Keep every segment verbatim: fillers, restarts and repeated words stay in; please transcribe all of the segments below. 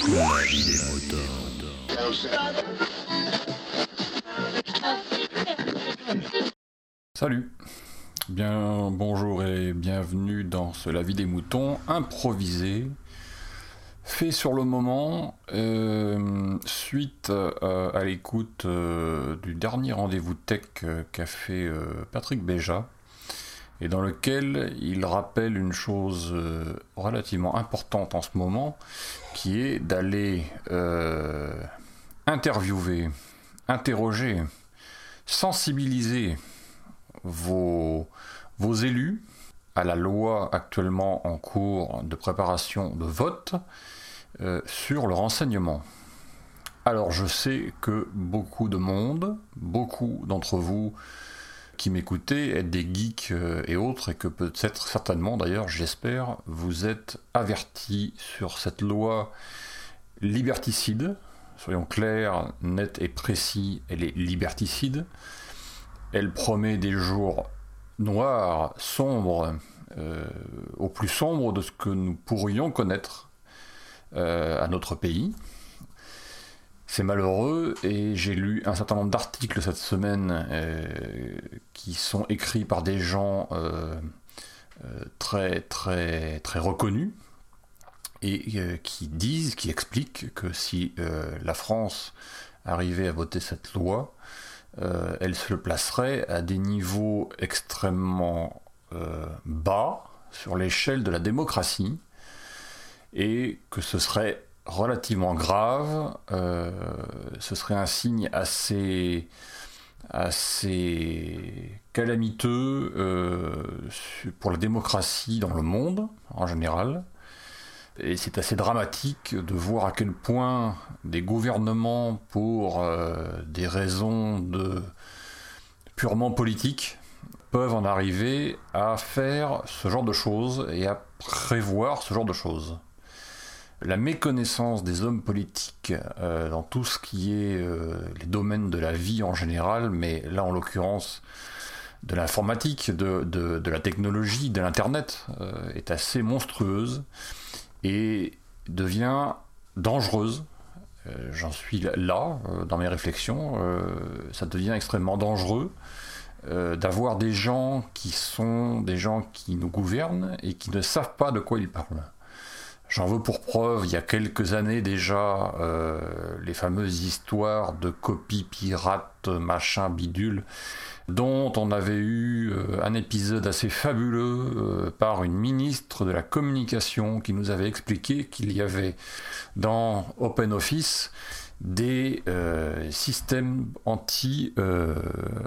La vie des moutons. Salut, bien bonjour et bienvenue dans ce La vie des moutons improvisé, fait sur le moment, euh, suite euh, à l'écoute euh, du dernier rendez-vous tech euh, qu'a fait euh, Patrick Béja, et dans lequel il rappelle une chose euh, relativement importante en ce moment, qui est d'aller euh, interviewer, interroger, sensibiliser vos, vos élus à la loi actuellement en cours de préparation de vote euh, sur le renseignement. Alors je sais que beaucoup de monde, beaucoup d'entre vous qui m'écoutez êtes des geeks euh, et autres, et que peut-être certainement d'ailleurs, j'espère, vous êtes avertis sur cette loi liberticide. Soyons clairs, nets et précis, elle est liberticide. Elle promet des jours noirs, sombres, euh, au plus sombre de ce que nous pourrions connaître euh, à notre pays. C'est malheureux, et j'ai lu un certain nombre d'articles cette semaine euh, qui sont écrits par des gens euh, euh, très, très, très reconnus, et euh, qui disent, qui expliquent que si euh, la France arrivait à voter cette loi, Euh, elle se placerait à des niveaux extrêmement euh, bas sur l'échelle de la démocratie, et que ce serait relativement grave, euh, ce serait un signe assez, assez calamiteux euh, pour la démocratie dans le monde en général. Et c'est assez dramatique de voir à quel point des gouvernements, pour euh, des raisons de purement politiques, peuvent en arriver à faire ce genre de choses et à prévoir ce genre de choses. La méconnaissance des hommes politiques euh, dans tout ce qui est euh, les domaines de la vie en général, mais là en l'occurrence de l'informatique, de, de, de la technologie, de l'internet, euh, est assez monstrueuse et devient dangereuse. Euh, j'en suis là, euh, dans mes réflexions, euh, ça devient extrêmement dangereux euh, d'avoir des gens qui sont des gens qui nous gouvernent et qui ne savent pas de quoi ils parlent. J'en veux pour preuve, il y a quelques années déjà, euh, les fameuses histoires de copies pirates, machin, bidule, dont on avait eu euh, un épisode assez fabuleux euh, par une ministre de la communication qui nous avait expliqué qu'il y avait dans OpenOffice des euh, systèmes anti, euh,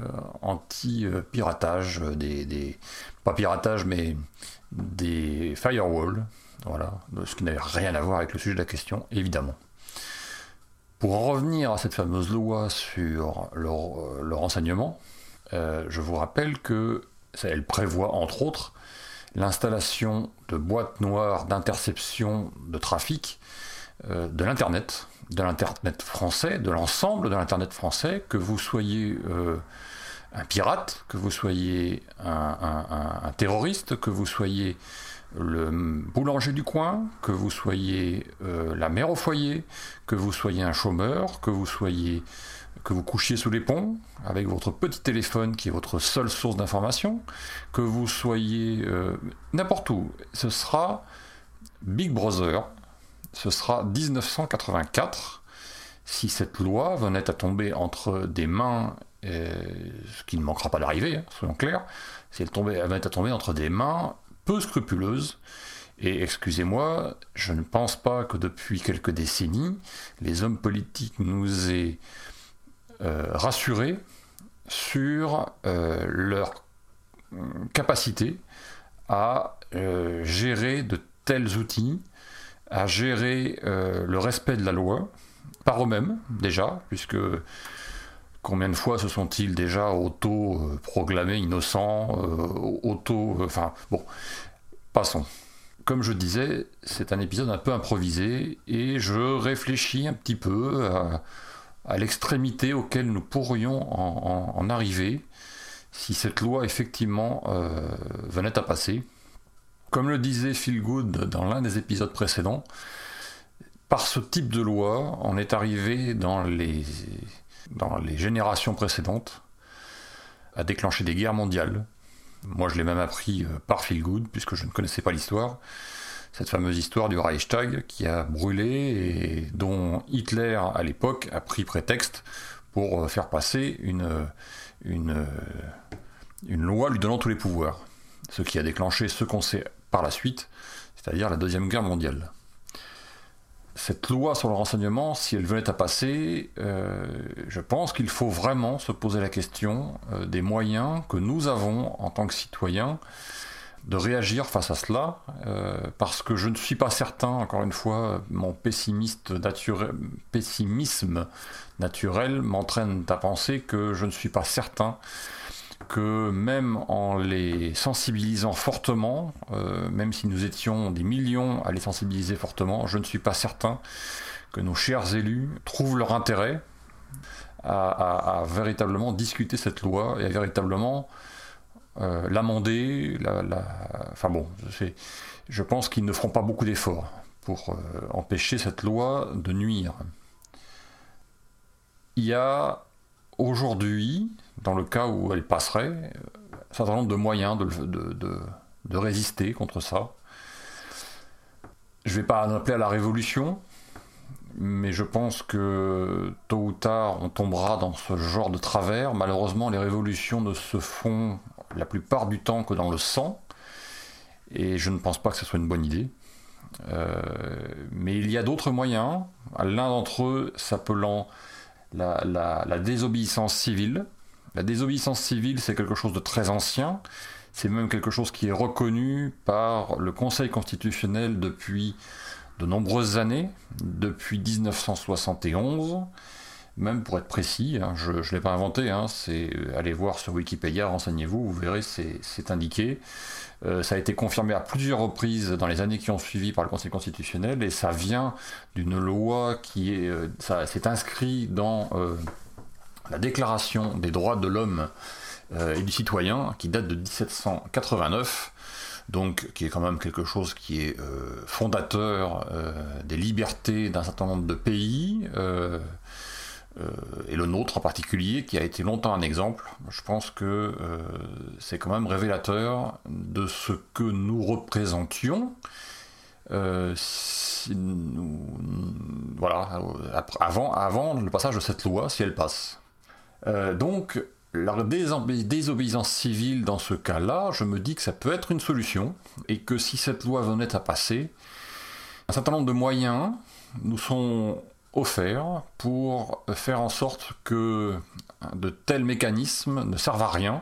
anti-piratage, des, des, pas piratage, mais des firewalls, voilà, ce qui n'avait rien à voir avec le sujet de la question, évidemment. Pour en revenir à cette fameuse loi sur le, le renseignement, euh, je vous rappelle que ça, elle prévoit entre autres l'installation de boîtes noires d'interception de trafic euh, de l'internet, de l'internet français, de l'ensemble de l'internet français, que vous soyez euh, un pirate, que vous soyez un, un, un, un terroriste, que vous soyez le boulanger du coin, que vous soyez euh, la mère au foyer, que vous soyez un chômeur, que vous soyez que vous couchiez sous les ponts avec votre petit téléphone qui est votre seule source d'information, que vous soyez euh, n'importe où, ce sera Big Brother, ce sera dix-neuf cent quatre-vingt-quatre si cette loi venait à tomber entre des mains, euh, ce qui ne manquera pas d'arriver, hein, soyons clairs, si elle, tombait, elle venait à tomber entre des mains peu scrupuleuse. Et excusez-moi, je ne pense pas que depuis quelques décennies, les hommes politiques nous aient euh, rassurés sur euh, leur capacité à euh, gérer de tels outils, à gérer euh, le respect de la loi, par eux-mêmes déjà, puisque combien de fois se sont-ils déjà auto-proclamés innocents, euh, auto... Enfin, bon, passons. Comme je disais, c'est un épisode un peu improvisé, et je réfléchis un petit peu à, à l'extrémité auquel nous pourrions en, en, en arriver si cette loi, effectivement, euh, venait à passer. Comme le disait Phil Good dans l'un des épisodes précédents, par ce type de loi, on est arrivé dans les, dans les générations précédentes à déclencher des guerres mondiales. Moi, je l'ai même appris par feel good, puisque je ne connaissais pas l'histoire. Cette fameuse histoire du Reichstag qui a brûlé et dont Hitler, à l'époque, a pris prétexte pour faire passer une, une, une loi lui donnant tous les pouvoirs. Ce qui a déclenché ce qu'on sait par la suite, c'est-à-dire la Deuxième Guerre mondiale. Cette loi sur le renseignement, si elle venait à passer, euh, je pense qu'il faut vraiment se poser la question euh, des moyens que nous avons en tant que citoyens de réagir face à cela, euh, parce que je ne suis pas certain, encore une fois, mon pessimiste naturel, pessimisme naturel m'entraîne à penser que je ne suis pas certain que même en les sensibilisant fortement, euh, même si nous étions des millions à les sensibiliser fortement, je ne suis pas certain que nos chers élus trouvent leur intérêt à, à, à véritablement discuter cette loi et à véritablement euh, l'amender. La, la... Enfin bon, c'est... je pense qu'ils ne feront pas beaucoup d'efforts pour euh, empêcher cette loi de nuire. Il y a aujourd'hui, dans le cas où elle passerait, un certain nombre de moyens de, de, de, de résister contre ça. Je ne vais pas en appeler à la révolution, mais je pense que tôt ou tard on tombera dans ce genre de travers. Malheureusement, les révolutions ne se font la plupart du temps que dans le sang, et je ne pense pas que ce soit une bonne idée. Euh, mais il y a d'autres moyens, l'un d'entre eux s'appelant La, la, la désobéissance civile. La désobéissance civile, c'est quelque chose de très ancien, c'est même quelque chose qui est reconnu par le Conseil constitutionnel depuis de nombreuses années, depuis dix-neuf cent soixante et onze, même pour être précis, hein, je ne l'ai pas inventé, hein, c'est, allez voir sur Wikipédia, renseignez-vous, vous verrez, c'est, c'est indiqué. Euh, ça a été confirmé à plusieurs reprises dans les années qui ont suivi par le Conseil constitutionnel, et ça vient d'une loi qui est, euh, ça s'est inscrit dans euh, la Déclaration des droits de l'homme euh, et du citoyen, qui date de dix-sept cent quatre-vingt-neuf, donc qui est quand même quelque chose qui est euh, fondateur euh, des libertés d'un certain nombre de pays, euh, Euh, et le nôtre en particulier, qui a été longtemps un exemple. Je pense que euh, c'est quand même révélateur de ce que nous représentions. Euh, si nous, voilà, avant, avant le passage de cette loi, si elle passe. Euh, donc, la désobéissance civile dans ce cas-là, je me dis que ça peut être une solution, et que si cette loi venait à passer, un certain nombre de moyens nous sont offert pour faire en sorte que de tels mécanismes ne servent à rien.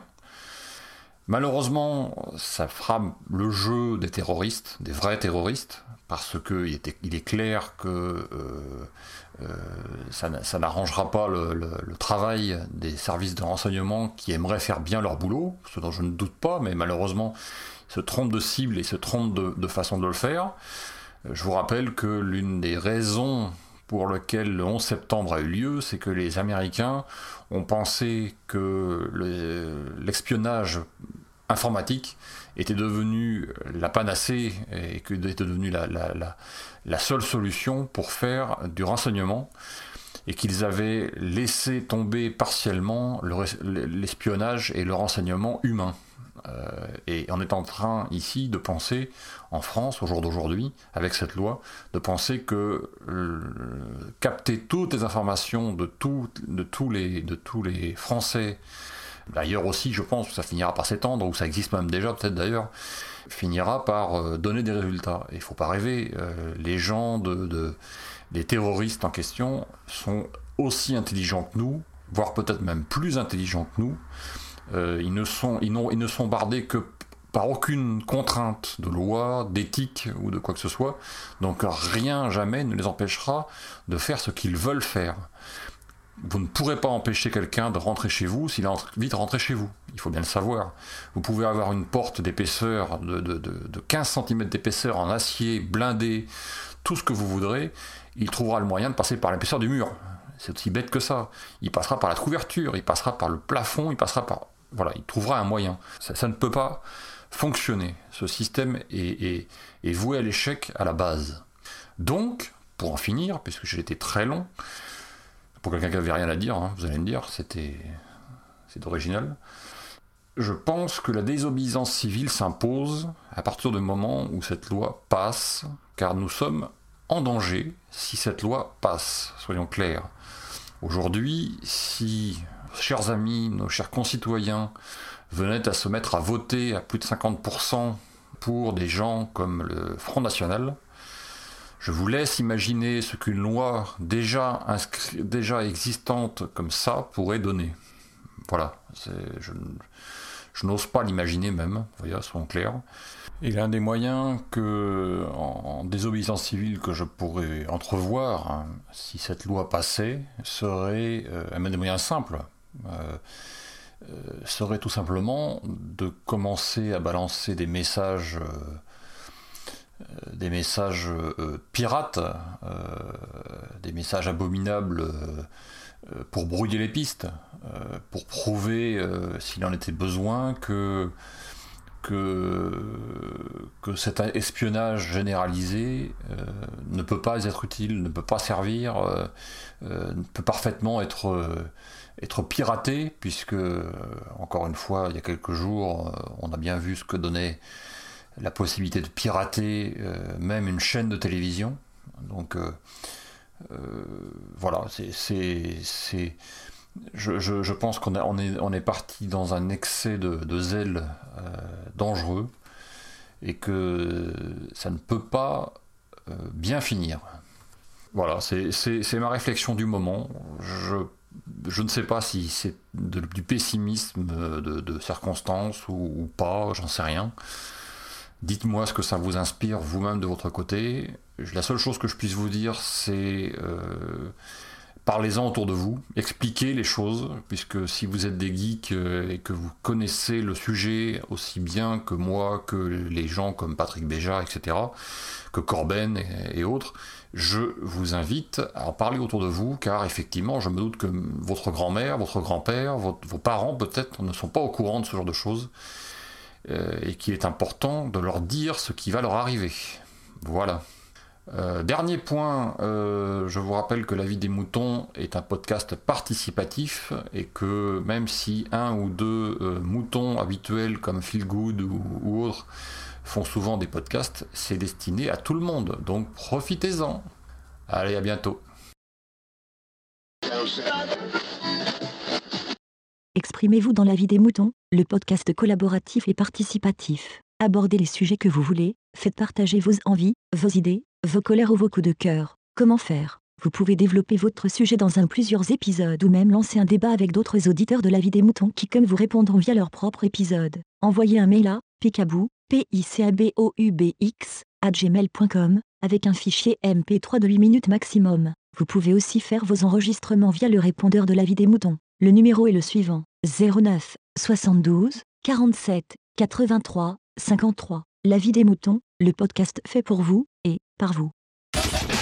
Malheureusement, ça fera le jeu des terroristes, des vrais terroristes, parce qu'il est, il est clair que euh, euh, ça, ça n'arrangera pas le, le, le travail des services de renseignement qui aimeraient faire bien leur boulot, ce dont je ne doute pas, mais malheureusement, ils se trompent de cible et se trompent de, de façon de le faire. Je vous rappelle que l'une des raisons pour lequel le onze septembre a eu lieu, c'est que les Américains ont pensé que le, l'espionnage informatique était devenu la panacée et que était devenu la, la, la, la seule solution pour faire du renseignement, et qu'ils avaient laissé tomber partiellement le, l'espionnage et le renseignement humain. Euh, et on est en train ici de penser, en France, au jour d'aujourd'hui, avec cette loi, de penser que euh, capter toutes les informations de, tout, de, tous les, de tous les Français, d'ailleurs aussi je pense que ça finira par s'étendre, ou ça existe même déjà peut-être d'ailleurs, finira par euh, donner des résultats. Et il ne faut pas rêver, euh, les gens, de, de, les terroristes en question sont aussi intelligents que nous, voire peut-être même plus intelligents que nous. Euh, ils, ne sont, ils, n'ont, ils ne sont bardés que par aucune contrainte de loi, d'éthique ou de quoi que ce soit, donc rien jamais ne les empêchera de faire ce qu'ils veulent faire. Vous ne pourrez pas empêcher quelqu'un de rentrer chez vous s'il a envie de rentrer chez vous, il faut bien le savoir. Vous pouvez avoir une porte d'épaisseur de, de, de, de quinze centimètres d'épaisseur en acier, blindé, tout ce que vous voudrez, il trouvera le moyen de passer par l'épaisseur du mur. C'est aussi bête que ça. Il passera par la couverture, il passera par le plafond, il passera par... Voilà, il trouvera un moyen. Ça, ça ne peut pas fonctionner. Ce système est, est, est voué à l'échec à la base. Donc, pour en finir, puisque j'ai été très long, pour quelqu'un qui n'avait rien à dire, hein, vous allez me dire, c'était, c'est original. Je pense que la désobéissance civile s'impose à partir du moment où cette loi passe, car nous sommes en danger si cette loi passe, soyons clairs. Aujourd'hui, si, chers amis, nos chers concitoyens venaient à se mettre à voter à plus de cinquante pour cent pour des gens comme le Front National, je vous laisse imaginer ce qu'une loi déjà, inscri- déjà existante comme ça pourrait donner. Voilà, c'est, je, je n'ose pas l'imaginer même, voyez, soyons clairs. Et l'un des moyens que, en, en désobéissance civile que je pourrais entrevoir, hein, si cette loi passait, serait, euh, même des moyens simples, euh, euh, serait tout simplement de commencer à balancer des messages... Euh, des messages euh, pirates, euh, des messages abominables euh, pour brouiller les pistes, euh, pour prouver, euh, s'il en était besoin, que, que, que cet espionnage généralisé euh, ne peut pas être utile, ne peut pas servir, euh, euh, peut parfaitement être, euh, être piraté, puisque, euh, encore une fois, il y a quelques jours, euh, on a bien vu ce que donnait la possibilité de pirater euh, même une chaîne de télévision. Donc euh, euh, voilà, c'est, c'est, c'est je, je, je pense qu'on a, on est, on est parti dans un excès de, de zèle euh, dangereux et que ça ne peut pas euh, bien finir. Voilà, c'est, c'est, c'est ma réflexion du moment. Je, je ne sais pas si c'est de, du pessimisme de, de circonstances ou, ou pas, j'en sais rien. Dites-moi ce que ça vous inspire vous-même de votre côté. La seule chose que je puisse vous dire, c'est euh, parlez-en autour de vous, expliquez les choses, puisque si vous êtes des geeks euh, et que vous connaissez le sujet aussi bien que moi, que les gens comme Patrick Béja, et cetera, que Corben et, et autres, je vous invite à en parler autour de vous, car effectivement, je me doute que votre grand-mère, votre grand-père, votre, vos parents peut-être ne sont pas au courant de ce genre de choses. Euh, et qu'il est important de leur dire ce qui va leur arriver. Voilà. Euh, dernier point, euh, je vous rappelle que La Vie des Moutons est un podcast participatif et que même si un ou deux euh, moutons habituels comme Feel Good ou, ou autres font souvent des podcasts, c'est destiné à tout le monde. Donc profitez-en. Allez, à bientôt. Exprimez-vous dans La Vie des Moutons, le podcast collaboratif et participatif. Abordez les sujets que vous voulez, faites partager vos envies, vos idées, vos colères ou vos coups de cœur. Comment faire ? Vous pouvez développer votre sujet dans un ou plusieurs épisodes ou même lancer un débat avec d'autres auditeurs de La Vie des Moutons qui comme vous répondront via leur propre épisode. Envoyez un mail à picaboo, p i c a b o u b x, arobase gmail point com, avec un fichier M P trois de huit minutes maximum. Vous pouvez aussi faire vos enregistrements via le répondeur de La Vie des Moutons. Le numéro est le suivant, zéro neuf soixante-douze quarante-sept quatre-vingt-trois cinquante-trois. La Vie des Moutons, le podcast fait pour vous et par vous.